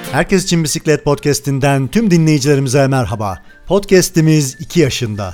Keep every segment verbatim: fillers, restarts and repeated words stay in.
Herkes için Bisiklet Podcast'inden tüm dinleyicilerimize merhaba. Podcast'imiz iki yaşında.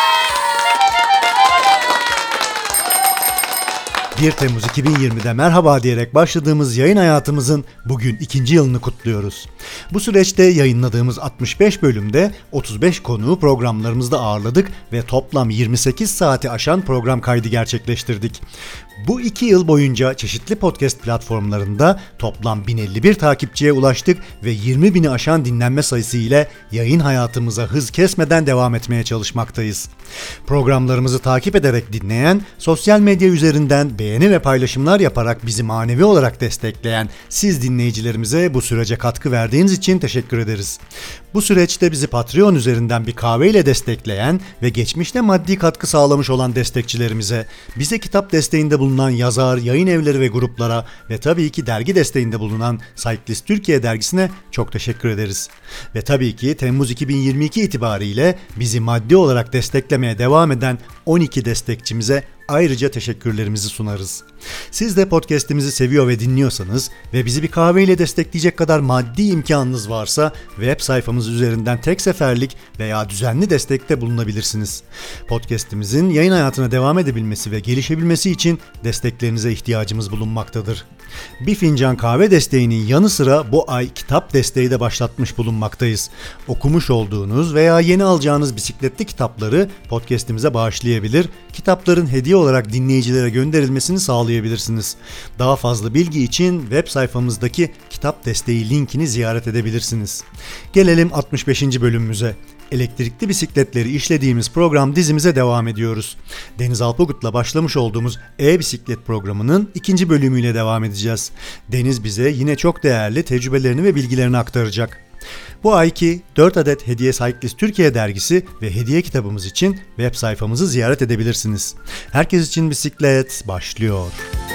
bir Temmuz iki bin yirmide merhaba diyerek başladığımız yayın hayatımızın bugün ikinci yılını kutluyoruz. Bu süreçte yayınladığımız altmış beş bölümde otuz beş konuğu programlarımızda ağırladık ve toplam yirmi sekiz saati aşan program kaydı gerçekleştirdik. Bu iki yıl boyunca çeşitli podcast platformlarında toplam bin elli bir takipçiye ulaştık ve yirmi bini aşan dinlenme sayısı ile yayın hayatımıza hız kesmeden devam etmeye çalışmaktayız. Programlarımızı takip ederek dinleyen, sosyal medya üzerinden beğeni ve paylaşımlar yaparak bizi manevi olarak destekleyen siz dinleyicilerimize bu sürece katkı verdiğiniz için teşekkür ederiz. Bu süreçte bizi Patreon üzerinden bir kahveyle destekleyen ve geçmişte maddi katkı sağlamış olan destekçilerimize, bize kitap desteğinde bulunan yazar, yayın evleri ve gruplara ve tabii ki dergi desteğinde bulunan Cyclist Türkiye dergisine çok teşekkür ederiz. Ve tabii ki Temmuz iki bin yirmi iki itibariyle bizi maddi olarak desteklemeye devam eden on iki destekçimize ayrıca teşekkürlerimizi sunarız. Siz de podcast'imizi seviyor ve dinliyorsanız ve bizi bir kahveyle destekleyecek kadar maddi imkanınız varsa web sayfamız üzerinden tek seferlik veya düzenli destekte bulunabilirsiniz. Podcast'imizin yayın hayatına devam edebilmesi ve gelişebilmesi için desteklerinize ihtiyacımız bulunmaktadır. Bir fincan kahve desteğinin yanı sıra bu ay kitap desteği de başlatmış bulunmaktayız. Okumuş olduğunuz veya yeni alacağınız bisikletli kitapları podcast'imize bağışlayabilir, kitapların hediye olarak dinleyicilere gönderilmesini sağlayabilirsiniz. Daha fazla bilgi için web sayfamızdaki kitap desteği linkini ziyaret edebilirsiniz. Gelelim altmış beşinci bölümümüze. Elektrikli bisikletleri işlediğimiz program dizimize devam ediyoruz. Deniz Alpagut'la başlamış olduğumuz e-bisiklet programının ikinci bölümüyle devam edeceğiz. Deniz bize yine çok değerli tecrübelerini ve bilgilerini aktaracak. Bu ayki dört adet hediye Cyclist Türkiye dergisi ve hediye kitabımız için web sayfamızı ziyaret edebilirsiniz. Herkes için bisiklet başlıyor.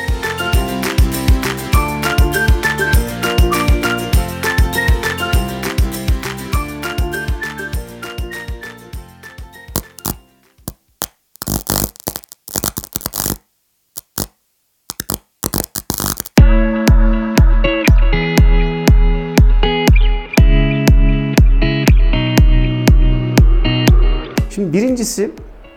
Şimdi birincisi,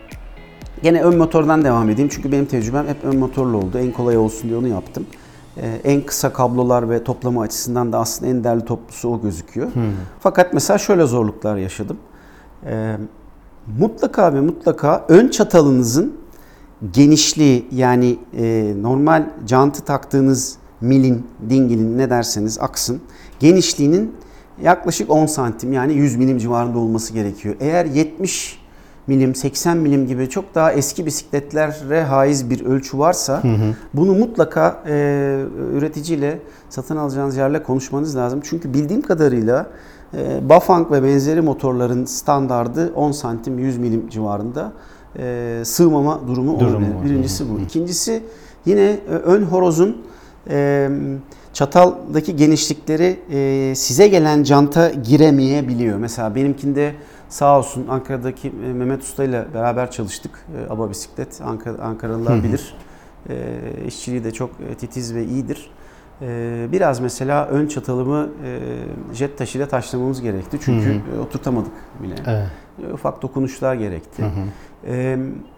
gene ön motordan devam edeyim çünkü benim tecrübem hep ön motorlu oldu. En kolay olsun diye onu yaptım. Ee, en kısa kablolar ve toplama açısından da aslında en değerli toplusu o gözüküyor. Hmm. Fakat mesela şöyle zorluklar yaşadım. Ee, mutlaka ve mutlaka ön çatalınızın genişliği, yani e, normal jantı taktığınız milin, dingilin, ne derseniz aksın, genişliğinin yaklaşık on santim, yani yüz milim civarında olması gerekiyor. Eğer yetmiş milim, seksen milim gibi çok daha eski bisikletlere haiz bir ölçü varsa, hı hı, bunu mutlaka e, üreticiyle, satın alacağınız yerle konuşmanız lazım. Çünkü bildiğim kadarıyla e, Bafang ve benzeri motorların standardı on santim, yüz milim civarında e, sığmama durumu Durum olabilir. var. Birincisi bu. İkincisi, yine ön horozun e, çataldaki genişlikleri e, size gelen janta giremeyebiliyor. Mesela benimkinde sağ olsun Ankara'daki Mehmet Usta ile beraber çalıştık. E, Aba Bisiklet. Ankara, Ankaralılar hı hı. bilir. E, işçiliği de çok titiz ve iyidir. E, biraz mesela ön çatalımı e, jet taşıyla taşlamamız gerekti. Çünkü hı hı. oturtamadık bile. Evet. E, ufak dokunuşlar gerekti. Hı hı. E,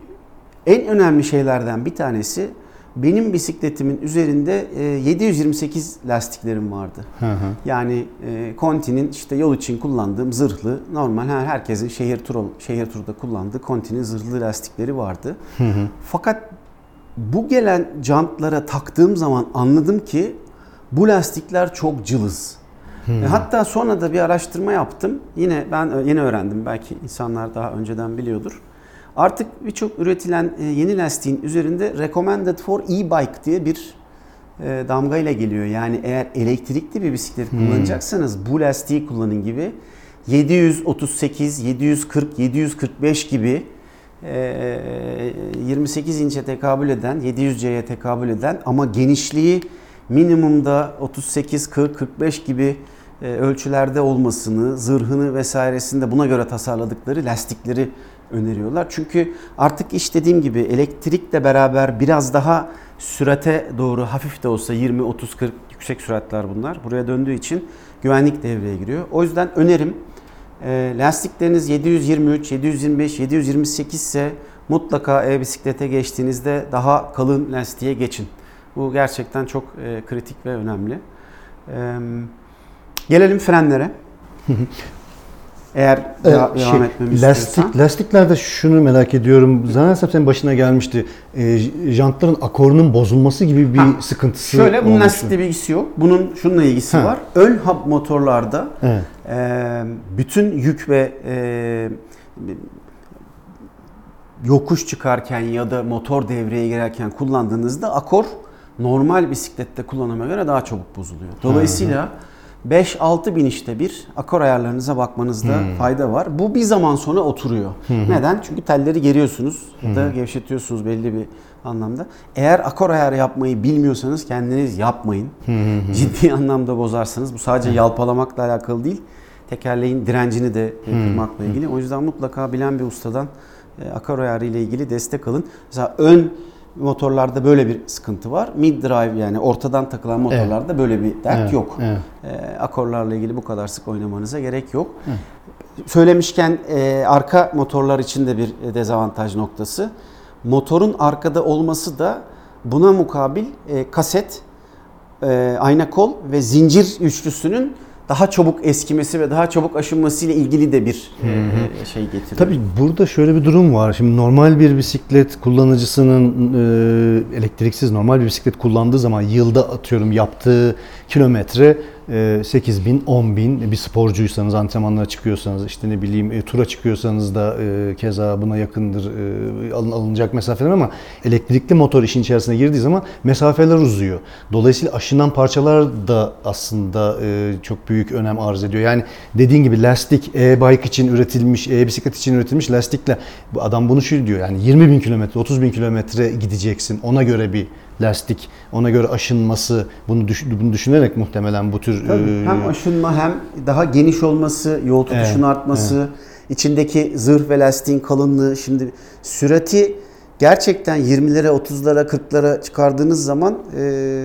en önemli şeylerden bir tanesi, benim bisikletimin üzerinde yedi yüz yirmi sekiz lastiklerim vardı. Hı hı. Yani Conti'nin işte yol için kullandığım zırhlı, normal herkesin şehir turu şehir turda kullandığı Conti'nin zırhlı lastikleri vardı. Hı hı. Fakat bu gelen jantlara taktığım zaman anladım ki bu lastikler çok cılız. Hı hı. Hatta sonra da bir araştırma yaptım. Yine ben yeni öğrendim. Belki insanlar daha önceden biliyordur. Artık birçok üretilen yeni lastiğin üzerinde Recommended for e-bike diye bir damga ile geliyor. Yani eğer elektrikli bir bisiklet hmm. kullanacaksanız bu lastiği kullanın gibi. yedi yüz otuz sekiz, yedi yüz kırk, yedi yüz kırk beş gibi yirmi sekiz inçe tekabül eden, yedi yüz C'ye tekabül eden ama genişliği minimumda otuz sekiz, kırk, kırk beş gibi ölçülerde olmasını, zırhını vesairesini de buna göre tasarladıkları lastikleri öneriyorlar. Çünkü artık iş dediğim gibi elektrikle beraber biraz daha sürate doğru hafif de olsa yirmi otuz kırk yüksek süratler bunlar. Buraya döndüğü için güvenlik devreye giriyor. O yüzden önerim e, lastikleriniz yedi yüz yirmi üç, yedi yüz yirmi beş, yedi yüz yirmi sekiz ise mutlaka e-bisiklete geçtiğinizde daha kalın lastiğe geçin. Bu gerçekten çok e, kritik ve önemli. E, gelelim frenlere. Eğer Ee, devam şey, etmemi lastik, istiyorsan. lastiklerde şunu merak ediyorum. Zannedersem senin başına gelmişti. E, jantların akorunun bozulması gibi bir Ha, sıkıntısı Şöyle bunun olmuştu. lastikle bir ilgisi yok. Bunun şununla ilgisi Ha. var. Ön hub motorlarda Evet. e, bütün yük ve e, yokuş çıkarken ya da motor devreye girerken kullandığınızda akor normal bisiklette kullanıma göre daha çabuk bozuluyor. Dolayısıyla beş altı binişte bir akor ayarlarınıza bakmanızda Hmm. fayda var. Bu bir zaman sonra oturuyor. Neden? Çünkü telleri geriyorsunuz ya da gevşetiyorsunuz belli bir anlamda. Eğer akor ayarı yapmayı bilmiyorsanız kendiniz yapmayın. Ciddi anlamda bozarsanız. Bu sadece yalpalamakla alakalı değil. Tekerleğin direncini de kırmakla ilgili. O yüzden mutlaka bilen bir ustadan e, akor ayarı ile ilgili destek alın. Mesela ön motorlarda böyle bir sıkıntı var. Mid drive yani ortadan takılan motorlarda evet. böyle bir dert Evet. yok. Evet. E, akorlarla ilgili bu kadar sık oynamanıza gerek yok. Evet. Söylemişken e, arka motorlar için de bir dezavantaj noktası. Motorun arkada olması da buna mukabil e, kaset, e, ayna kol ve zincir üçlüsünün daha çabuk eskimesi ve daha çabuk aşınması ile ilgili de bir e, şey getiriyor. Tabii burada şöyle bir durum var. Şimdi normal bir bisiklet kullanıcısının e, elektriksiz normal bir bisiklet kullandığı zaman yılda atıyorum yaptığı kilometre e, sekiz bin, on bin, bir sporcuysanız, antrenmanlara çıkıyorsanız, işte ne bileyim e, tura çıkıyorsanız da e, keza buna yakındır e, alın, alınacak mesafeler, ama elektrikli motor işin içerisine girdiği zaman mesafeler uzuyor. Dolayısıyla aşınan parçalar da aslında e, çok büyük önem arz ediyor. Yani dediğin gibi lastik e-bike için üretilmiş, e-bisiklet için üretilmiş lastikle bu adam bunu şu diyor, yani yirmi bin kilometre, otuz bin kilometre gideceksin. Ona göre bir lastik, ona göre aşınması, bunu, düş, bunu düşünerek muhtemelen bu tür... Tabii, e, hem aşınma hem daha geniş olması, yol tutuşun evet, artması, evet. içindeki zırh ve lastiğin kalınlığı. Şimdi sürati gerçekten yirmilere, otuzlara, kırklara çıkardığınız zaman e,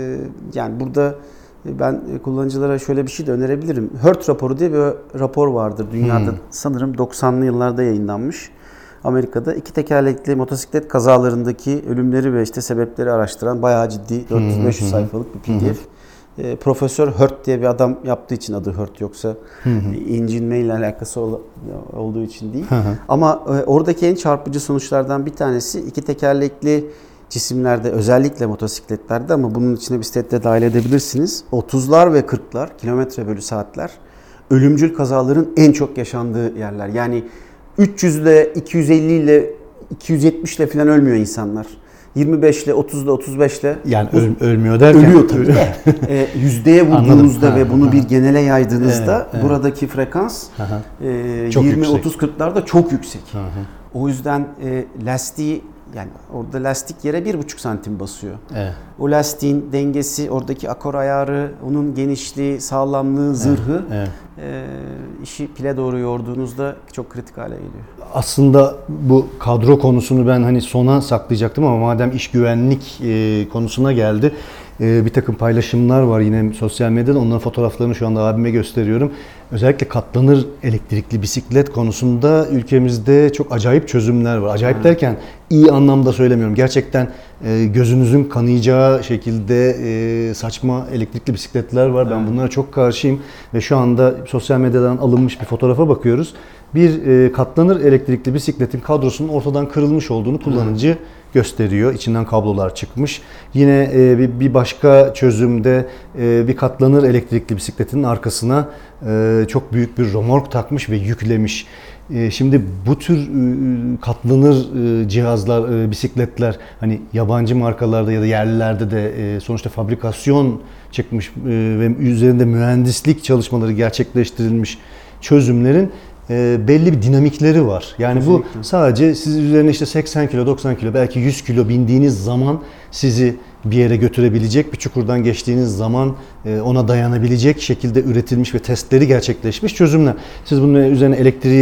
yani burada ben kullanıcılara şöyle bir şey de önerebilirim. Hurt raporu diye bir rapor vardır dünyada. Hmm. Sanırım doksanlı yıllarda yayınlanmış. Amerika'da iki tekerlekli motosiklet kazalarındaki ölümleri ve işte sebepleri araştıran bayağı ciddi dört yüz beş yüz sayfalık bir P D F. E, Profesör Hurt diye bir adam yaptığı için adı Hurt, yoksa incinmeyle alakası ol, olduğu için değil. Ama e, oradaki en çarpıcı sonuçlardan bir tanesi iki tekerlekli cisimlerde, özellikle motosikletlerde, ama bunun içine bisiklette dahil edebilirsiniz, otuzlar ve kırklar kilometre bölü saatler ölümcül kazaların en çok yaşandığı yerler. Yani üç yüz ile iki yüz elli ile iki yüz yetmiş ile falan ölmüyor insanlar. yirmi beş ile otuz ile otuz beş ile yani öl, ölmüyor derken ölüyor tabii de. e, yüzdeye vurduğunuzda ve bunu bir genele yaydığınızda evet, evet. buradaki frekans e, yirmi otuz kırklarda çok yüksek. Hı hı. O yüzden e, lastiği, yani orada lastik yere bir buçuk santim basıyor. Evet. O lastiğin dengesi, oradaki akor ayarı, onun genişliği, sağlamlığı, zırhı evet, evet. E, işi pile doğru yorduğunuzda çok kritik hale geliyor. Aslında bu kadro konusunu ben hani sona saklayacaktım, ama madem iş güvenlik e, konusuna geldi, e, bir takım paylaşımlar var yine sosyal medyada. Onların fotoğraflarını şu anda abime gösteriyorum. Özellikle katlanır elektrikli bisiklet konusunda ülkemizde çok acayip çözümler var. Acayip hmm. derken iyi anlamda söylemiyorum. Gerçekten e, gözünüzün kanayacağı şekilde e, saçma elektrikli bisikletler var. Ben bunlara çok karşıyım ve şu anda sosyal medyadan alınmış bir fotoğrafa bakıyoruz. Bir e, katlanır elektrikli bisikletin kadrosunun ortadan kırılmış olduğunu kullanıcı hmm. gösteriyor. İçinden kablolar çıkmış. Yine e, bir, bir başka çözümde e, bir katlanır elektrikli bisikletin arkasına e, çok büyük bir römork takmış ve yüklemiş. E, şimdi bu tür e, katlanır e, cihazlar, e, bisikletler hani yabancı markalarda ya da yerlilerde de e, sonuçta fabrikasyon çıkmış e, ve üzerinde mühendislik çalışmaları gerçekleştirilmiş çözümlerin E, belli bir dinamikleri var. Yani kesinlikle. Bu sadece siz üzerine işte seksen kilo, doksan kilo, belki yüz kilo bindiğiniz zaman sizi bir yere götürebilecek, bir çukurdan geçtiğiniz zaman e, ona dayanabilecek şekilde üretilmiş ve testleri gerçekleşmiş çözümler. Siz bunun üzerine elektriği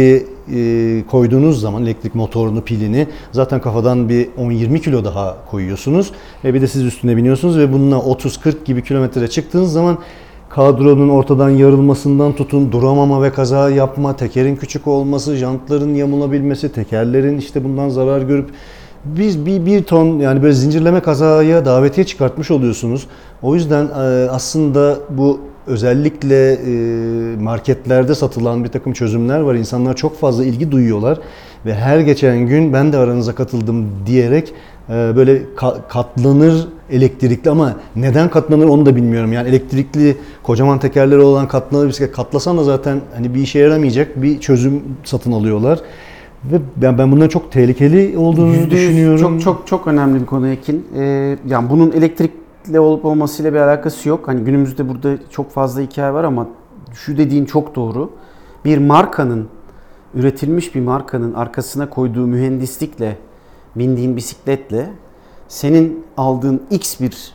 e, koyduğunuz zaman elektrik motorunu, pilini zaten kafadan bir on yirmi kilo daha koyuyorsunuz. Ve bir de siz üstüne biniyorsunuz ve bununla otuz kırk gibi kilometre çıktığınız zaman kadronun ortadan yarılmasından tutun, duramama ve kaza yapma, tekerin küçük olması, jantların yamulabilmesi, tekerlerin işte bundan zarar görüp biz bir, bir ton yani böyle zincirleme kazaya davetiye çıkartmış oluyorsunuz. O yüzden aslında bu özellikle marketlerde satılan bir takım çözümler var. İnsanlar çok fazla ilgi duyuyorlar ve her geçen gün ben de aranıza katıldım diyerek böyle katlanır elektrikli, ama neden katlanır onu da bilmiyorum. Yani elektrikli kocaman tekerleri olan katlanır bisiklet katlasan da zaten hani bir işe yaramayacak bir çözüm satın alıyorlar. Ve ben ben bunların çok tehlikeli olduğunu yüzde yüz düşünüyorum. Çok çok çok önemli bir konu Ekin. Ee, yani bunun elektrikli olup olmasıyla bir alakası yok. Hani günümüzde burada çok fazla hikaye var ama şu dediğin çok doğru. Bir markanın, üretilmiş bir markanın arkasına koyduğu mühendislikle, bindiğin bisikletle senin aldığın X bir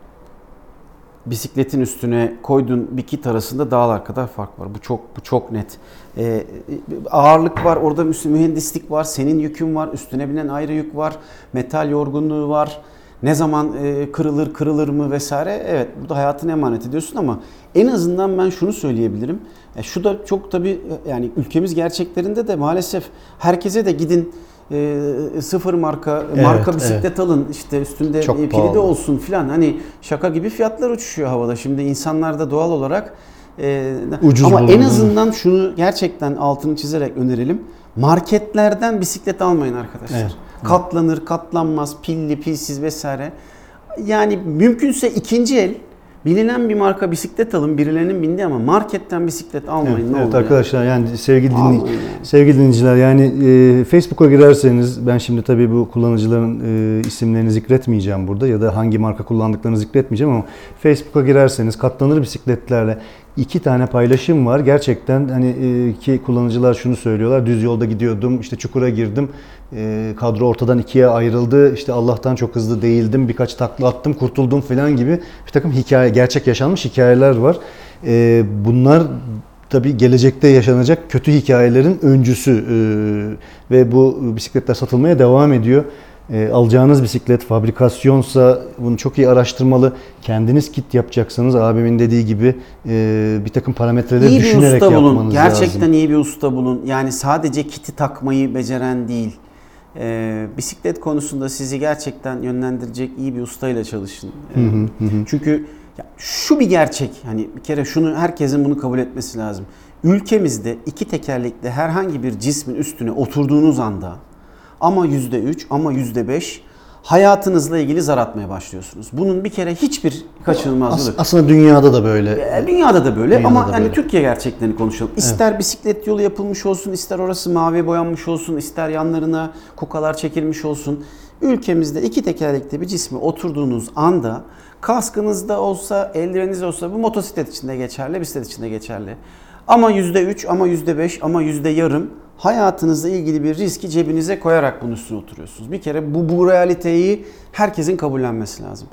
bisikletin üstüne koyduğun bir kit arasında dağlar kadar fark var. Bu çok bu çok net. Ee, ağırlık var, orada mühendislik var, senin yükün var, üstüne binen ayrı yük var, metal yorgunluğu var. Ne zaman e, kırılır, kırılır mı vesaire. Evet, burada hayatını emanet ediyorsun ama en azından ben şunu söyleyebilirim. E, şu da çok tabii yani ülkemiz gerçeklerinde de maalesef herkese de gidin E, sıfır marka evet, marka bisiklet evet. alın işte üstünde Çok e, pili pahalı de olsun filan, hani şaka gibi fiyatlar uçuşuyor havada. Şimdi insanlar da doğal olarak e, ucuz ama bulundu. En azından şunu gerçekten altını çizerek önerelim. Marketlerden bisiklet almayın arkadaşlar. Evet. Katlanır, katlanmaz, pilli, pilsiz vesaire. Yani mümkünse ikinci el bilinen bir marka bisiklet alın, birilerinin bindiği, ama marketten bisiklet almayın. Evet, ne evet olur arkadaşlar yani, yani sevgili dinley- yani. sevgili dinleyiciler yani e, Facebook'a girerseniz, ben şimdi tabii bu kullanıcıların e, isimlerini zikretmeyeceğim burada ya da hangi marka kullandıklarını zikretmeyeceğim, ama Facebook'a girerseniz katlanır bisikletlerle iki tane paylaşım var. Gerçekten hani e, ki kullanıcılar şunu söylüyorlar: düz yolda gidiyordum, işte çukura girdim, e, kadro ortadan ikiye ayrıldı, işte Allah'tan çok hızlı değildim, birkaç takla attım, kurtuldum falan gibi bir takım hikaye, gerçek yaşanmış hikayeler var. E, bunlar tabii gelecekte yaşanacak kötü hikayelerin öncüsü e, ve bu bisikletler satılmaya devam ediyor. E, alacağınız bisiklet fabrikasyonsa bunu çok iyi araştırmalı. Kendiniz kit yapacaksanız abimin dediği gibi e, bir takım parametreleri İyi bir düşünerek usta bulun. yapmanız Gerçekten lazım. Gerçekten iyi bir usta bulun. Yani sadece kiti takmayı beceren değil. Ee, bisiklet konusunda sizi gerçekten yönlendirecek iyi bir ustayla çalışın. Ee, Hı hı, hı. Çünkü ya şu bir gerçek. Hani bir kere şunu herkesin bunu kabul etmesi lazım. Ülkemizde iki tekerlekli herhangi bir cismin üstüne oturduğunuz anda ama yüzde üç ama yüzde beş hayatınızla ilgili zar atmaya başlıyorsunuz. Bunun bir kere hiçbir kaçınılmazlığı yok. Aslında dünyada da böyle. E, Dünyada da böyle, Dünyada ama da hani böyle. Türkiye gerçeklerini konuşalım. İster evet. bisiklet yolu yapılmış olsun, ister orası maviye boyanmış olsun, ister yanlarına kukalar çekilmiş olsun. Ülkemizde iki tekerlekli bir cisme oturduğunuz anda, kaskınızda olsa, eldiveniniz olsa, bu motosiklet için de geçerli, bisiklet için de geçerli. Ama yüzde üç, ama yüzde beş, ama yüzde yarım hayatınızla ilgili bir riski cebinize koyarak bunun üstüne oturuyorsunuz. Bir kere bu, bu realiteyi herkesin kabullenmesi lazım.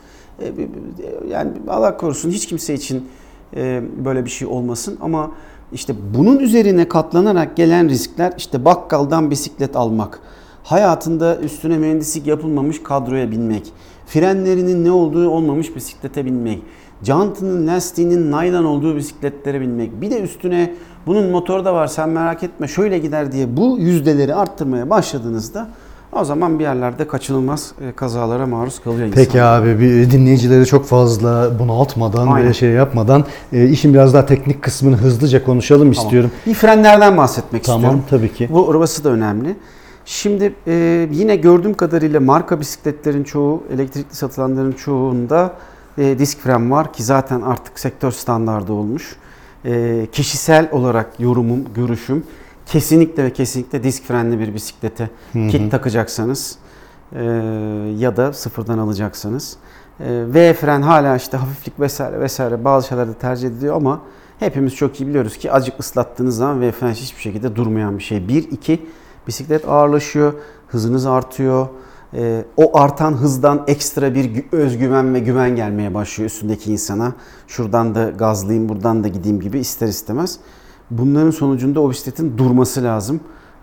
Yani Allah korusun hiç kimse için böyle bir şey olmasın, ama işte bunun üzerine katlanarak gelen riskler, işte bakkaldan bisiklet almak, hayatında üstüne mühendislik yapılmamış kadroya binmek, frenlerinin ne olduğu olmamış bisiklete binmek, jantının, lastiğinin naylon olduğu bisikletlere binmek, bir de üstüne bunun motoru da var sen merak etme şöyle gider diye bu yüzdeleri arttırmaya başladığınızda, o zaman bir yerlerde kaçınılmaz kazalara maruz kalıyor insan. Peki abi, bir dinleyicileri çok fazla bunaltmadan Aynen. ve şey yapmadan e, işin biraz daha teknik kısmını hızlıca konuşalım Tamam. istiyorum. Bir frenlerden bahsetmek tamam, istiyorum. Tamam tabii ki. Bu orası da önemli. Şimdi e, yine gördüğüm kadarıyla marka bisikletlerin çoğu, elektrikli satılanların çoğunda e, disk fren var ki zaten artık sektör standardı olmuş. E, kişisel olarak yorumum, görüşüm kesinlikle ve kesinlikle disk frenli bir bisiklete hı hı. kit takacaksanız e, ya da sıfırdan alacaksanız. E, V fren hala işte hafiflik vesaire vesaire bazı şeylerde tercih ediliyor, ama hepimiz çok iyi biliyoruz ki azıcık ıslattığınız zaman V fren hiçbir şekilde durmayan bir şey. Bir, iki, bisiklet ağırlaşıyor, hızınız artıyor. E, o artan hızdan ekstra bir özgüven ve güven gelmeye başlıyor üstündeki insana. Şuradan da gazlayayım, buradan da gideyim gibi ister istemez. Bunların sonucunda o bisikletin durması lazım.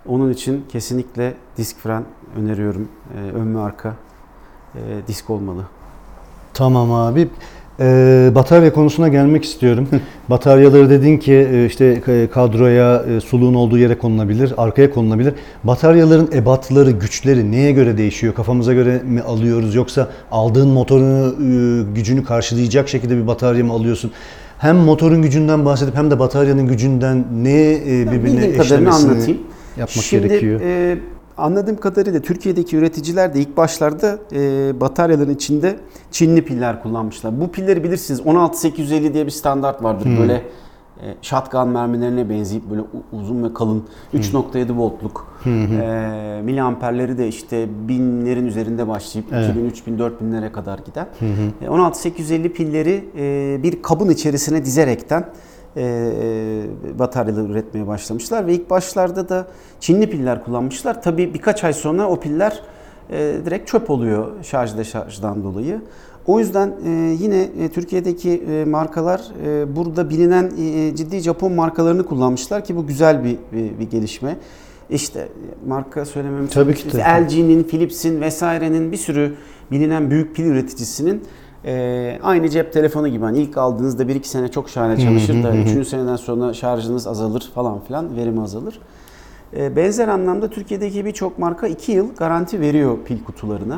Onun için kesinlikle disk fren öneriyorum. E, ön ve arka e, disk olmalı. Tamam abi. Ee, batarya konusuna gelmek istiyorum. Bataryaları dedin ki işte kadroya, suluğun olduğu yere konulabilir, arkaya konulabilir. Bataryaların ebatları, güçleri neye göre değişiyor? Kafamıza göre mi alıyoruz yoksa aldığın motorunu gücünü karşılayacak şekilde bir batarya mı alıyorsun? Hem motorun gücünden bahsedip hem de bataryanın gücünden neye birbirine eşlemesini yapmak Şimdi, gerekiyor? E, Anladığım kadarıyla Türkiye'deki üreticiler de ilk başlarda e, bataryaların içinde Çinli piller kullanmışlar. Bu pilleri bilirsiniz on altı sekiz yüz elli diye bir standart vardır. Hmm. Böyle e, shotgun mermilerine benzeyip böyle uzun ve kalın üç nokta yedi voltluk hmm. e, miliamperleri de işte binlerin üzerinde başlayıp evet. iki bin, üç bin, dört binlere kadar giden. Hmm. E, on altı sekiz yüz elli pilleri e, bir kabın içerisine dizerekten E, bataryaları üretmeye başlamışlar ve ilk başlarda da Çinli piller kullanmışlar. Tabii birkaç ay sonra o piller e, direkt çöp oluyor şarj deşarjdan dolayı. O yüzden e, yine e, Türkiye'deki e, markalar e, burada bilinen e, ciddi Japon markalarını kullanmışlar ki bu güzel bir, bir, bir gelişme. İşte marka söylemem tabii ki işte L G'nin, Philips'in vesairenin bir sürü bilinen büyük pil üreticisinin Ee, aynı cep telefonu gibi. Hani ilk aldığınızda bir iki sene çok şahane çalışır da üçüncü seneden sonra şarjınız azalır falan filan, verimi azalır. Ee, benzer anlamda Türkiye'deki birçok marka iki yıl garanti veriyor pil kutularına.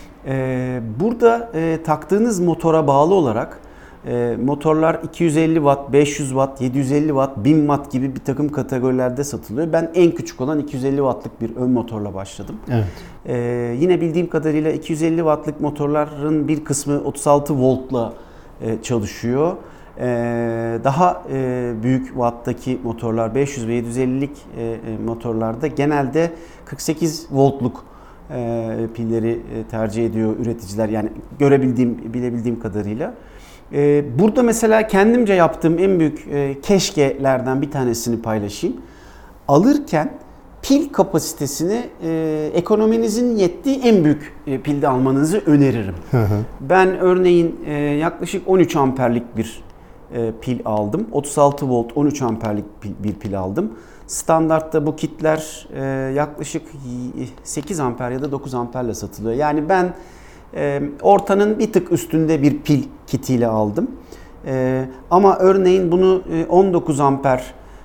Ee, burada e, taktığınız motora bağlı olarak e, motorlar iki yüz elli watt, beş yüz watt, yedi yüz elli watt, bin watt gibi bir takım kategorilerde satılıyor. Ben en küçük olan iki yüz elli wattlık bir ön motorla başladım. Evet. Ee, yine bildiğim kadarıyla iki yüz elli wattlık motorların bir kısmı otuz altı voltla e, çalışıyor. Ee, daha e, büyük watttaki motorlar beş yüz ve yedi yüz ellilik e, e, motorlarda genelde kırk sekiz voltluk e, pilleri e, tercih ediyor üreticiler. Yani görebildiğim, bilebildiğim kadarıyla. E, burada mesela kendimce yaptığım en büyük e, keşkelerden bir tanesini paylaşayım. Alırken pil kapasitesini e, ekonominizin yettiği en büyük e, pilde almanızı öneririm. Hı hı. Ben örneğin e, yaklaşık on üç amperlik bir e, pil aldım. otuz altı volt on üç amperlik pil, bir pil aldım. Standartta bu kitler e, yaklaşık sekiz amper ya da dokuz amperle satılıyor. Yani ben e, ortanın bir tık üstünde bir pil kitiyle aldım. E, ama örneğin bunu e, on dokuz amper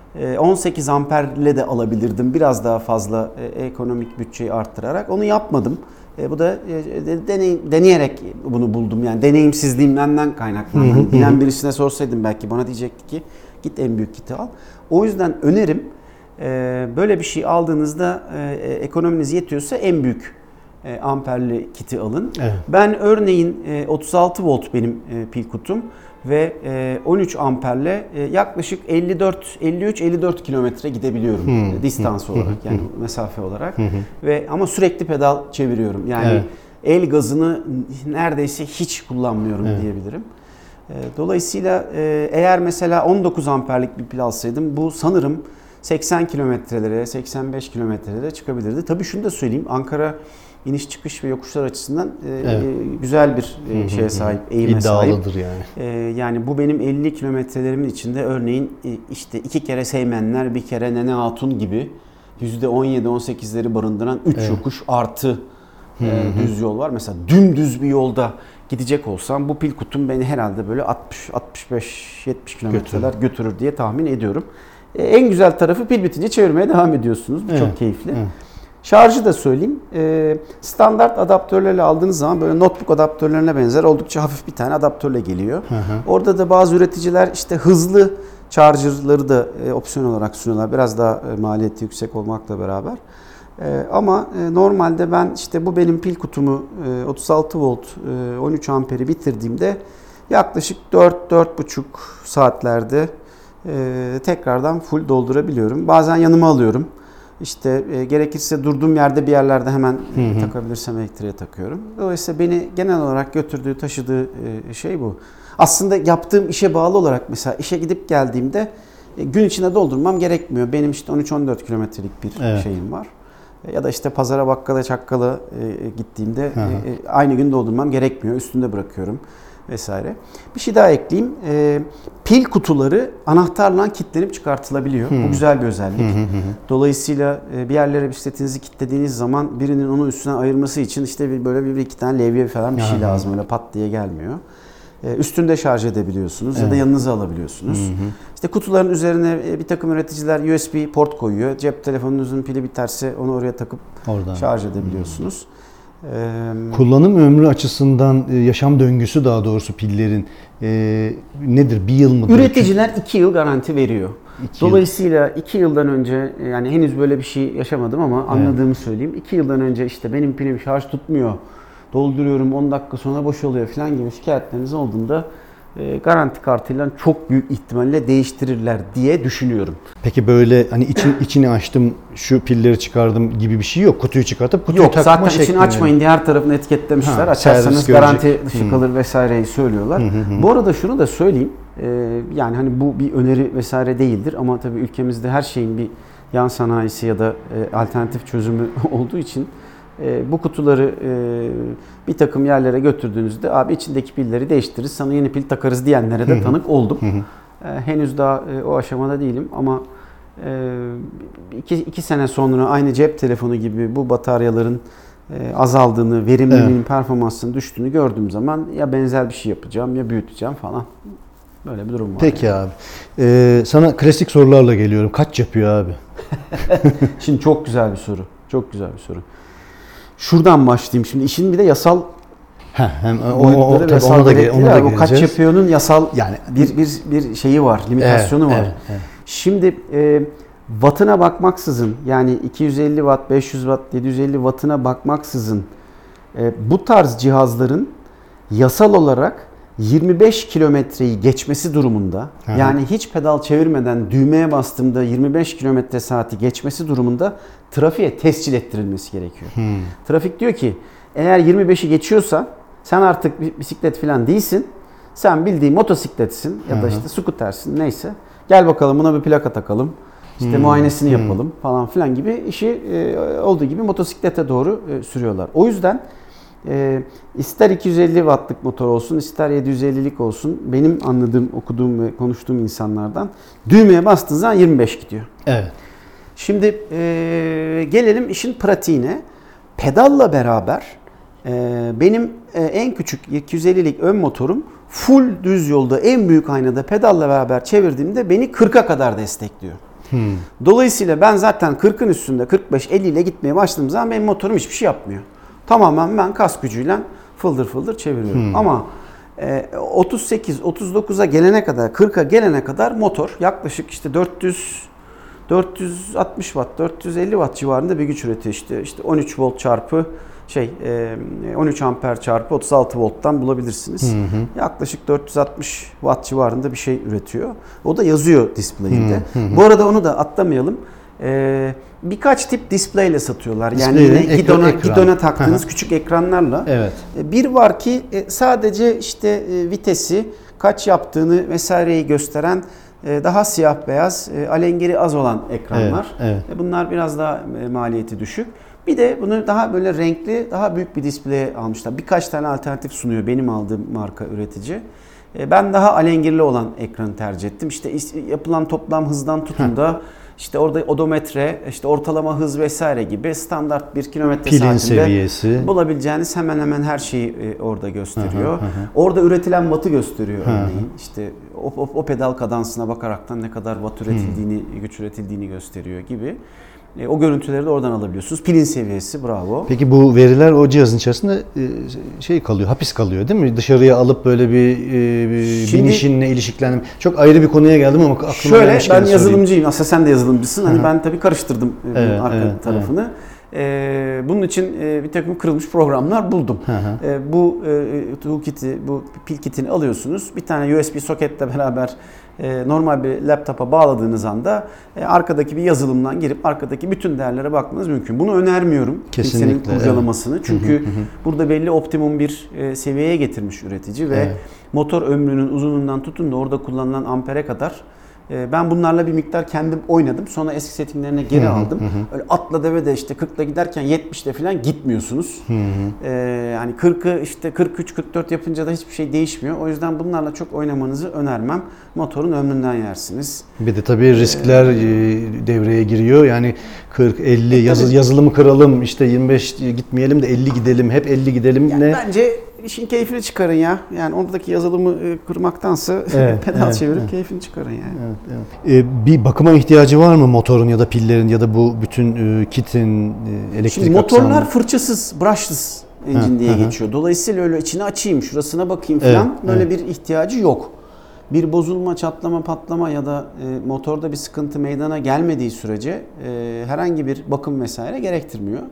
on sekiz amperle de alabilirdim. Biraz daha fazla ekonomik bütçeyi arttırarak. Onu yapmadım. E, bu da e, deney, deneyerek bunu buldum. Yani deneyimsizliğimden kaynaklandı. Bilen birisine sorsaydım belki bana diyecekti ki git en büyük kiti al. O yüzden önerim e, böyle bir şey aldığınızda e, ekonominiz yetiyorsa en büyük e, amperli kiti alın. Evet. Ben örneğin e, otuz altı volt benim e, pil kutum. Ve on üç amperle yaklaşık elli dört elli üç elli dört kilometre gidebiliyorum hmm. distans olarak yani mesafe olarak hmm. ve ama sürekli pedal çeviriyorum yani evet. el gazını neredeyse hiç kullanmıyorum evet. diyebilirim. Dolayısıyla eğer mesela on dokuz amperlik bir pil alsaydım bu sanırım seksen kilometrelere seksen beş kilometrelere çıkabilirdi. Tabii şunu da söyleyeyim, Ankara iniş çıkış ve yokuşlar açısından evet. e, güzel bir e, şeye sahip, eğime İddialıdır sahip. yani. E, yani bu benim elli kilometrelerimin içinde örneğin e, işte iki kere Seymenler, bir kere Nene Hatun gibi yüzde on yedi on sekizleri barındıran üç evet. yokuş artı e, düz yol var. Mesela dümdüz bir yolda gidecek olsam bu pil kutum beni herhalde böyle altmış altmış beş yetmiş kilometreler götürür. götürür diye tahmin ediyorum. E, en güzel tarafı pil bitince çevirmeye devam ediyorsunuz. Bu evet. çok keyifli. Evet. Şarjı da söyleyeyim. Standart adaptörlerle aldığınız zaman böyle notebook adaptörlerine benzer oldukça hafif bir tane adaptörle geliyor. Hı hı. Orada da bazı üreticiler işte hızlı charger'ları da opsiyon olarak sunuyorlar. Biraz daha maliyeti yüksek olmakla beraber. Ama normalde ben işte bu benim pil kutumu otuz altı volt on üç amperi bitirdiğimde yaklaşık dört dört buçuk saatlerde tekrardan full doldurabiliyorum. Bazen yanıma alıyorum. İşte e, gerekirse durduğum yerde bir yerlerde hemen hı hı. takabilirsem elektriğe takıyorum. Dolayısıyla beni genel olarak götürdüğü, taşıdığı e, şey bu. Aslında yaptığım işe bağlı olarak mesela işe gidip geldiğimde e, gün içinde doldurmam gerekmiyor. Benim işte on üç on dört kilometrelik bir evet. şeyim var. E, ya da işte pazara, bakkala, çakkala e, gittiğimde e, e, aynı gün doldurmam gerekmiyor. Üstünde bırakıyorum. vesaire. Bir şey daha ekleyeyim. E, pil kutuları anahtarla kilitlenip çıkartılabiliyor. Hmm. Bu güzel bir özellik. Hı hı hı. Dolayısıyla e, bir yerlere bisikletinizi kilitlediğiniz zaman birinin onu üstüne ayırması için işte bir, böyle bir, bir iki tane levye falan bir şey Aha. lazım. Öyle pat diye gelmiyor. E, üstünde şarj edebiliyorsunuz Evet. ya da yanınıza alabiliyorsunuz. Hı hı. İşte kutuların üzerine e, bir takım üreticiler U S B port koyuyor. Cep telefonunuzun pili biterse onu oraya takıp Oradan. şarj edebiliyorsunuz. E, Kullanım ömrü açısından, e, yaşam döngüsü daha doğrusu pillerin e, nedir? Bir yıl mıdır? Üreticiler iki yıl garanti veriyor. İki yıl. Dolayısıyla iki yıldan önce, yani henüz böyle bir şey yaşamadım ama anladığımı söyleyeyim. iki yıldan önce işte benim pilim şarj tutmuyor, dolduruyorum on dakika sonra boşalıyor falan gibi şikayetleriniz olduğunda e, garanti kartıyla çok büyük ihtimalle değiştirirler diye düşünüyorum. Peki böyle hani için, içini açtım, şu pilleri çıkardım gibi bir şey yok. Kutuyu çıkartıp kutuyu Yok, takma zaten şeklinde. içini açmayın diye her tarafını etiketlemişler. Ha, Açarsanız servis garanti görecek. dışı Hmm. kalır vesaireyi söylüyorlar. Hı hı hı. Bu arada şunu da söyleyeyim. Ee, yani hani bu bir öneri vesaire değildir ama tabii ülkemizde her şeyin bir yan sanayisi ya da e, alternatif çözümü olduğu için e, bu kutuları e, bir takım yerlere götürdüğünüzde abi içindeki pilleri değiştiririz, sana yeni pil takarız diyenlere de tanık oldum. Hı hı. E, henüz daha e, o aşamada değilim ama e, iki, iki sene sonra aynı cep telefonu gibi bu bataryaların e, azaldığını, verimliliğin, Evet. performansının düştüğünü gördüğüm zaman ya benzer bir şey yapacağım ya büyüteceğim falan. Böyle bir durum var. Peki yani. abi. Ee, sana klasik sorularla geliyorum. Kaç yapıyor abi? Şimdi çok güzel bir soru. Çok güzel bir soru. Şuradan başlayayım. Şimdi işin bir de yasal Heh, hem o, o, boyutları o, ve tabii yasal ona da, ge- gereklileri ona da var. Bu kaç geleceğiz. yapıyor'nun yasal Yani bir bir bir şeyi var, limitasyonu Evet, var. evet, evet. Şimdi e, wattına bakmaksızın, yani iki yüz elli watt, beş yüz watt, yedi yüz elli wattına bakmaksızın e, bu tarz cihazların yasal olarak yirmi beş kilometreyi geçmesi durumunda, Hı hı. yani hiç pedal çevirmeden düğmeye bastığımda yirmi beş kilometre saati geçmesi durumunda trafiğe tescil ettirilmesi gerekiyor. Hmm. Trafik diyor ki eğer yirmi beşi geçiyorsa sen artık bir bisiklet falan değilsin. Sen bildiğin motosikletsin ya da Hı hı. işte skutersin, neyse. Gel bakalım buna bir plaka takalım. İşte Hmm. muayenesini Hmm. yapalım falan filan gibi işi e, olduğu gibi motosiklete doğru e, sürüyorlar. O yüzden e, ister iki yüz elli wattlık motor olsun, ister yedi yüz ellilik olsun, benim anladığım, okuduğum ve konuştuğum insanlardan düğmeye bastığın zaman yirmi beş gidiyor. Evet. Şimdi e, gelelim işin pratiğine. Pedalla beraber e, benim e, en küçük iki yüz ellilik ön motorum full düz yolda en büyük aynada pedalla beraber çevirdiğimde beni kırka kadar destekliyor. Hmm. Dolayısıyla ben zaten kırkın üstünde kırk beş elli ile gitmeye başladığım zaman benim motorum hiçbir şey yapmıyor. Tamamen ben kas gücüyle fıldır fıldır çeviriyorum. Hmm. Ama e, otuz sekiz otuz dokuza gelene kadar, kırka gelene kadar motor yaklaşık işte dört yüz dört yüz altmış watt, dört yüz elli watt civarında bir güç üretiyor işte. İşte on üç volt çarpı şey on üç amper çarpı otuz altı volttan bulabilirsiniz. Hı hı. Yaklaşık dört yüz altmış watt civarında bir şey üretiyor. O da yazıyor display'inde. Hı hı. Bu arada onu da atlamayalım. Ee, birkaç tip display ile satıyorlar. Yani Display yine ekran- gidona, ekran. gidona taktığınız Hı hı. küçük ekranlarla. Evet. Bir var ki sadece işte vitesi, kaç yaptığını vesaireyi gösteren daha siyah beyaz, alengiri az olan ekranlar. Evet, Bunlar biraz daha maliyeti düşük. Bir de bunu daha böyle renkli, daha büyük bir display almışlar. Birkaç tane alternatif sunuyor benim aldığım marka üretici. Ben daha alengirli olan ekranı tercih ettim. İşte yapılan toplam hızdan tutun da işte orada odometre, işte ortalama hız vesaire gibi standart bir kilometre Pilin saatinde seviyesi. bulabileceğiniz hemen hemen her şeyi orada gösteriyor. Hı hı hı. Orada üretilen wattı gösteriyor Hı hı. örneğin. İşte o, o, o pedal kadansına bakaraktan ne kadar watt üretildiğini, güç üretildiğini gösteriyor gibi. E, o görüntüleri de oradan alabiliyorsunuz. Pilin seviyesi, bravo. Peki bu veriler o cihazın içerisinde e, şey kalıyor, hapis kalıyor değil mi? Dışarıya alıp böyle bir, e, bir Şimdi- binişinle ilişkilendim. Çok ayrı bir konuya geldim ama aklıma Şöyle, gelmişken ben sorayım. yazılımcıyım. Aslında sen de yazılımcısın. Hani ben tabii karıştırdım e, bunun Evet, arka evet, tarafını. E, bunun için e, bir takım kırılmış programlar buldum. Hı hı. E, bu e, toolkit'i, bu pil kitini alıyorsunuz. Bir tane U S B soketle beraber e, normal bir laptopa bağladığınız anda e, arkadaki bir yazılımdan girip arkadaki bütün değerlere bakmanız mümkün. Bunu önermiyorum Kesinlikle, kimsenin kurcalamasını. evet. Çünkü Hı hı hı. burada belli optimum bir e, seviyeye getirmiş üretici ve Evet. motor ömrünün uzunluğundan tutun da orada kullanılan ampere kadar E, ben bunlarla bir miktar kendim oynadım. Sonra eski settinglerine geri Hı hı, aldım. hı. Öyle atla deve de işte kırkla giderken yetmişle falan gitmiyorsunuz. Hı hı. E, yani kırkı işte kırk üç kırk dört yapınca da hiçbir şey değişmiyor. O yüzden bunlarla çok oynamanızı önermem. Motorun ömründen yersiniz. Bir de tabii riskler e, devreye giriyor. Yani kırk elli E, yazı, tabii. yazılımı kıralım, işte yirmi beş gitmeyelim de elli gidelim, hep elli gidelim. Yani ne? bence işin keyfini çıkarın ya. Yani oradaki yazılımı e, kırmaktansa Evet, pedal evet, çevirip evet. keyfini çıkarın yani. Evet, evet. E, bir bakıma ihtiyacı var mı motorun ya da pillerin ya da bu bütün e, kitin, e, elektrik Şimdi motorlar aksamı? fırçasız, brushless engine Ha, diye hı hı. geçiyor. Dolayısıyla öyle içine açayım, şurasına bakayım falan Evet, böyle evet. bir ihtiyacı yok. Bir bozulma, çatlama, patlama ya da e, motorda bir sıkıntı meydana gelmediği sürece e, herhangi bir bakım vesaire gerektirmiyor.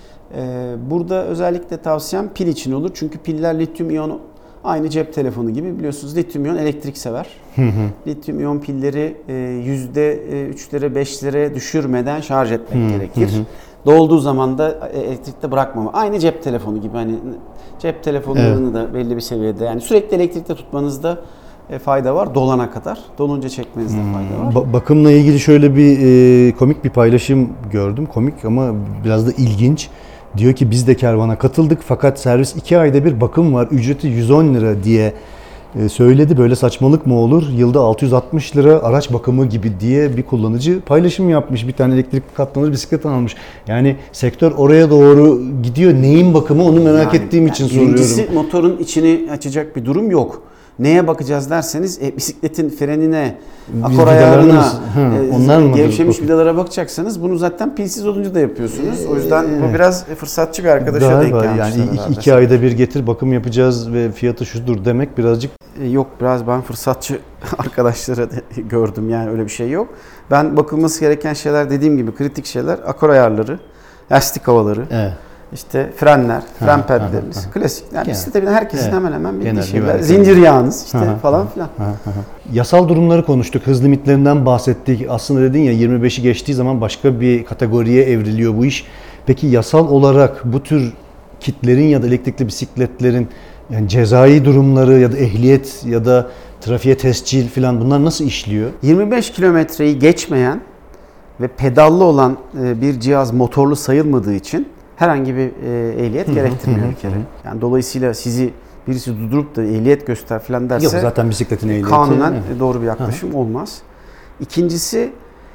E, burada özellikle tavsiyem pil için olur. Çünkü piller lityum iyon aynı cep telefonu gibi biliyorsunuz lityum iyon elektrik sever. Hı hı. Lityum iyon pilleri e, yüzde üçlere beşlere düşürmeden şarj etmek Hı, gerekir. hı hı. Dolduğu zaman da elektrikte bırakmama. Aynı cep telefonu gibi hani cep telefonlarını da belli bir seviyede yani sürekli elektrikte tutmanızda e, fayda var dolana kadar. Dolunca çekmenizde fayda var. Ba- bakımla ilgili şöyle bir e, komik bir paylaşım gördüm. Komik ama biraz da ilginç. Diyor ki biz de kervana katıldık fakat servis iki ayda bir bakım var. Ücreti yüz on lira diye e, söyledi. Böyle saçmalık mı olur? Yılda altı yüz altmış lira araç bakımı gibi diye bir kullanıcı paylaşım yapmış. Bir tane elektrikli katlanır bisiklet almış. Yani sektör oraya doğru gidiyor. Neyin bakımı onu merak Yani- ettiğim için yani soruyorum. Birincisi motorun içini açacak bir durum yok. Neye bakacağız derseniz e, bisikletin frenine, akor vidalarına ayarına, mı- Hı, e, onlar mı gevşemiş bakın? vidalara bakacaksanız bunu zaten pilsiz olunca da yapıyorsunuz. O yüzden bu Evet. biraz fırsatçı bir arkadaşa denk Galiba gelmişler yani iki, herhalde. iki ayda bir getir bakım yapacağız ve fiyatı şudur demek birazcık E, Yok biraz ben fırsatçı arkadaşlara da gördüm yani öyle bir şey yok. Ben bakılması gereken şeyler dediğim gibi kritik şeyler akor ayarları, lastik havaları, evet. işte frenler, fren Ha, pedleriniz, ha, ha. klasik. Yani Genel. bisiklete binen herkesin Evet. hemen hemen bildiği Genel şeyler. güvenlik. Zincir yağınız işte Ha, ha, falan filan. Hı hı hı. Yasal durumları konuştuk, hız limitlerinden bahsettik. Aslında dedin ya yirmi beşi geçtiği zaman başka bir kategoriye evriliyor bu iş. Peki yasal olarak bu tür kitlerin ya da elektrikli bisikletlerin yani cezai durumları ya da ehliyet ya da trafiğe tescil falan bunlar nasıl işliyor? yirmi beş kilometreyi geçmeyen ve pedallı olan e, bir cihaz motorlu sayılmadığı için herhangi bir e, ehliyet gerektirmiyor bir kere. Yani dolayısıyla sizi birisi durdurup da ehliyet göster falan derse Yok zaten bisikletin ehliyeti. kanunen Evet. doğru bir yaklaşım olmaz. İkincisi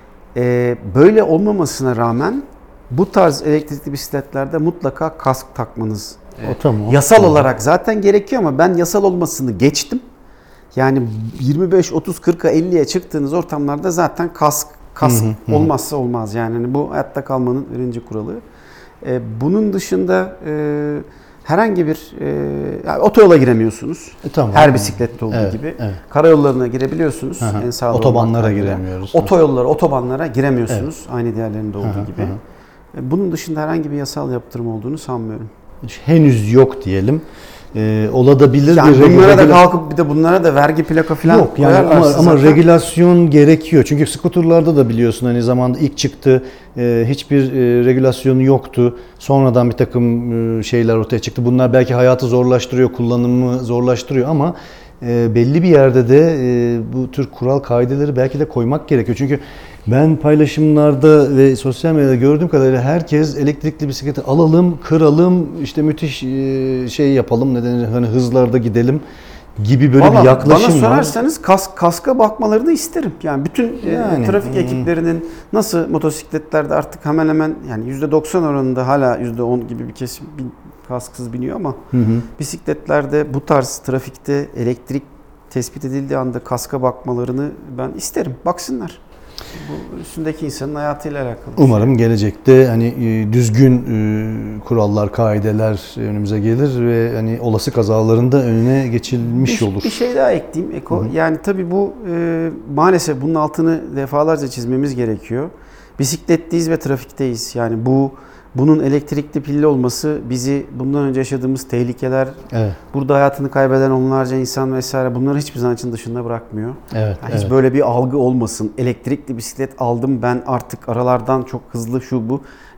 e, böyle olmamasına rağmen bu tarz elektrikli bisikletlerde mutlaka kask takmanız O tamam. yasal olarak zaten gerekiyor ama ben yasal olmasını geçtim. Yani yirmi beş, otuz, kırka, elliye çıktığınız ortamlarda zaten kask kask Hı hı, hı. olmazsa olmaz. Yani hani bu hayatta kalmanın birinci kuralı. Ee, bunun dışında e, herhangi bir e, yani otoyola giremiyorsunuz. E, tamam. Her bisiklette olduğu Evet, gibi. evet. Karayollarına girebiliyorsunuz. Hı hı. En sağda Otobanlara olan kaydıyla. giremiyoruz. Otoyollara, otobanlara giremiyorsunuz. Aynı diğerlerinde olduğu Hı hı, gibi. hı E, Bunun dışında herhangi bir yasal yaptırım olduğunu sanmıyorum. Henüz yok diyelim. Ee, olabilir Yani bir bunlara da regüla- kalkıp bir de bunlara da vergi plaka falan Yok yani ama, koyarlarsa ama zaten- regülasyon gerekiyor. Çünkü skuterlarda da biliyorsun hani zamanda ilk çıktı e, hiçbir e, regülasyonu yoktu. Sonradan bir takım e, şeyler ortaya çıktı. Bunlar belki hayatı zorlaştırıyor, kullanımı zorlaştırıyor ama e, belli bir yerde de e, bu tür kural kaideleri belki de koymak gerekiyor. Çünkü ben paylaşımlarda ve sosyal medyada gördüğüm kadarıyla herkes elektrikli bisikleti alalım, kıralım, işte müthiş e, şey yapalım, ne denir, hani hızlarda gidelim gibi böyle Vallahi bir yaklaşım bana var. sorarsanız kas, kaska bakmalarını isterim. Yani bütün e, Yani, trafik hmm. ekiplerinin nasıl motosikletlerde artık hemen hemen yani yüzde doksan oranında hala yüzde on gibi bir kesim bin, kasksız biniyor ama Hı hı. bisikletlerde bu tarz trafikte elektrik tespit edildiği anda kaska bakmalarını ben isterim. Baksınlar. Bu üstündeki insanın hayatıyla alakalı. bir Umarım gelecekte hani e, düzgün e, kurallar, kaideler önümüze gelir ve hani olası kazaların da önüne geçilmiş bir, olur. Bir şey daha ekleyeyim Eko. Hı hı. Yani tabii bu e, maalesef bunun altını defalarca çizmemiz gerekiyor. Bisikletteyiz ve trafikteyiz. Yani bu bunun elektrikli pilli olması bizi bundan önce yaşadığımız tehlikeler, Evet. burada hayatını kaybeden onlarca insan vesaire bunları hiçbir zaman için dışında bırakmıyor. Evet. Yani evet. hiç böyle bir algı olmasın. Elektrikli bisiklet aldım ben artık aralardan çok hızlı şu bu.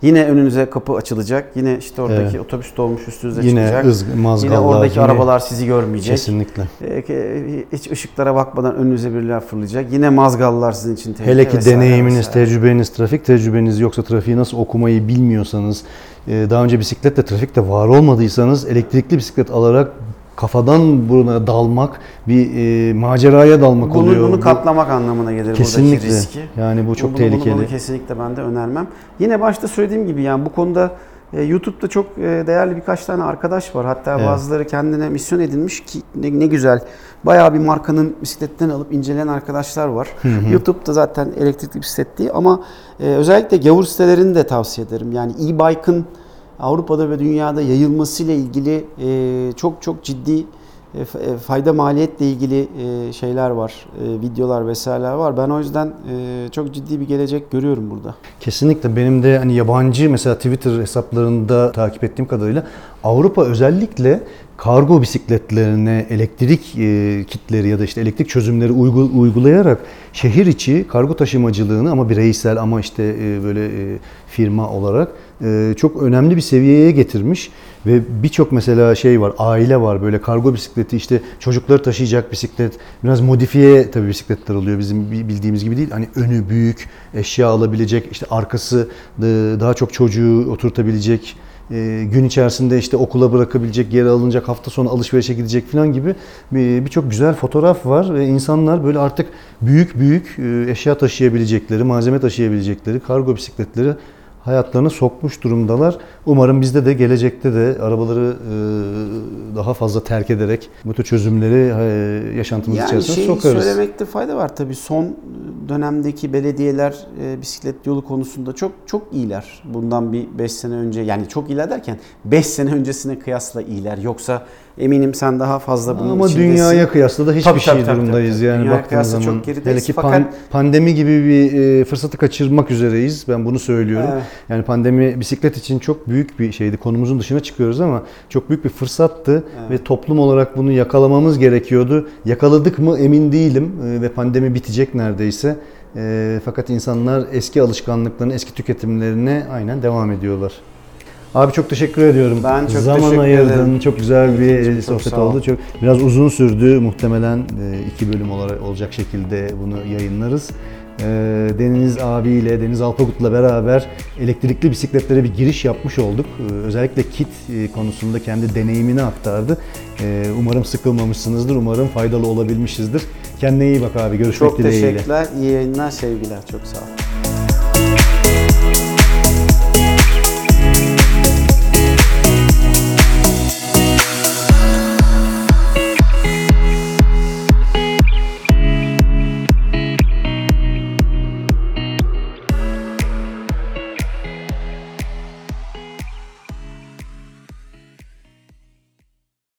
Yine önünüze kapı açılacak. Yine işte oradaki Evet. otobüs dolmuş üstünüze Yine çıkacak. ız, mazgallar, Yine oradaki yine- arabalar sizi görmeyecek. Kesinlikle. Ee, Hiç ışıklara bakmadan önünüze birileri fırlayacak. Yine mazgallar sizin için tehlike Hele ki vesaire deneyiminiz, vesaire. tecrübeniz, trafik tecrübeniz yoksa trafiği nasıl okumayı bilmiyorsanız, e, daha önce bisikletle trafikte var olmadıysanız elektrikli bisiklet alarak kafadan buna dalmak, bir e, maceraya dalmak Bunu, oluyor. bunu Bu- katlamak anlamına gelir Kesinlikle. buradaki riski. Yani bu çok Bunu- tehlikeli. Bunu, bunu kesinlikle ben de önermem. Yine başta söylediğim gibi yani bu konuda e, YouTube'da çok e, değerli birkaç tane arkadaş var. Hatta Evet. bazıları kendine misyon edinmiş ki ne, ne güzel. Bayağı bir markanın bisikletten alıp inceleyen arkadaşlar var. YouTube'da zaten elektrikli bisiklet değil ama e, özellikle gavur sitelerini de tavsiye ederim. Yani e-bike'ın Avrupa'da ve dünyada yayılmasıyla ilgili e, çok çok ciddi e, f- e, fayda maliyetle ilgili e, şeyler var, e, videolar vesaireler var. Ben o yüzden e, çok ciddi bir gelecek görüyorum burada. Kesinlikle benim de hani yabancı mesela Twitter hesaplarında takip ettiğim kadarıyla Avrupa özellikle kargo bisikletlerine elektrik e, kitleri ya da işte elektrik çözümleri uygu- uygulayarak şehir içi kargo taşımacılığını ama bireysel ama işte e, böyle e, firma olarak e, çok önemli bir seviyeye getirmiş ve birçok mesela şey var, aile var böyle kargo bisikleti işte çocukları taşıyacak bisiklet, biraz modifiye tabii bisikletler oluyor bizim bildiğimiz gibi değil. Hani önü büyük, eşya alabilecek, işte arkası da- daha çok çocuğu oturtabilecek. E, gün içerisinde işte okula bırakabilecek, geri alınacak, hafta sonu alışverişe gidecek falan gibi bir- birçok güzel fotoğraf var ve insanlar böyle artık büyük büyük e, eşya taşıyabilecekleri, malzeme taşıyabilecekleri kargo bisikletleri hayatlarına sokmuş durumdalar. Umarım bizde de gelecekte de arabaları e, daha fazla terk ederek bu tür çözümleri e, yaşantımız Yani içerisine şeyi sokarız. söylemekte fayda var tabii. Son dönemdeki belediyeler e, bisiklet yolu konusunda çok çok iyiler. Bundan bir beş sene önce yani çok iyiler derken beş sene öncesine kıyasla iyiler. Yoksa eminim sen daha fazla bunun Ama içindesin. dünyaya kıyasla da hiçbir Tabii, şey tabii, tabii, durumdayız tabii. yani Dünyaya baktığımız kıyasla zaman. çok gerideyiz. Hele ki Fakat- pan- pandemi gibi bir e, fırsatı kaçırmak üzereyiz. Ben bunu söylüyorum. Evet. Yani pandemi bisiklet için çok büyük bir şeydi. Konumuzun dışına çıkıyoruz ama çok büyük bir fırsattı Evet. ve toplum olarak bunu yakalamamız gerekiyordu. Yakaladık mı emin değilim e, ve pandemi bitecek neredeyse. E, fakat insanlar eski alışkanlıklarına, eski tüketimlerine aynen devam ediyorlar. Abi çok teşekkür ediyorum. Ben çok Zaman teşekkür ayırdın. ederim. Çok güzel bir İlgincim, çok sohbet sağ ol. oldu. Çok biraz uzun sürdü. Muhtemelen e, iki bölüm olarak olacak şekilde bunu yayınlarız. E, Deniz abiyle, Deniz Alpagut'la beraber elektrikli bisikletlere bir giriş yapmış olduk. E, özellikle kit e, konusunda kendi deneyimini aktardı. E, umarım sıkılmamışsınızdır. Umarım faydalı olabilmişizdir. Kendine iyi bak abi. Görüşmek Çok dileğiyle. teşekkürler. İyi yayınlar, sevgiler. Çok sağ ol.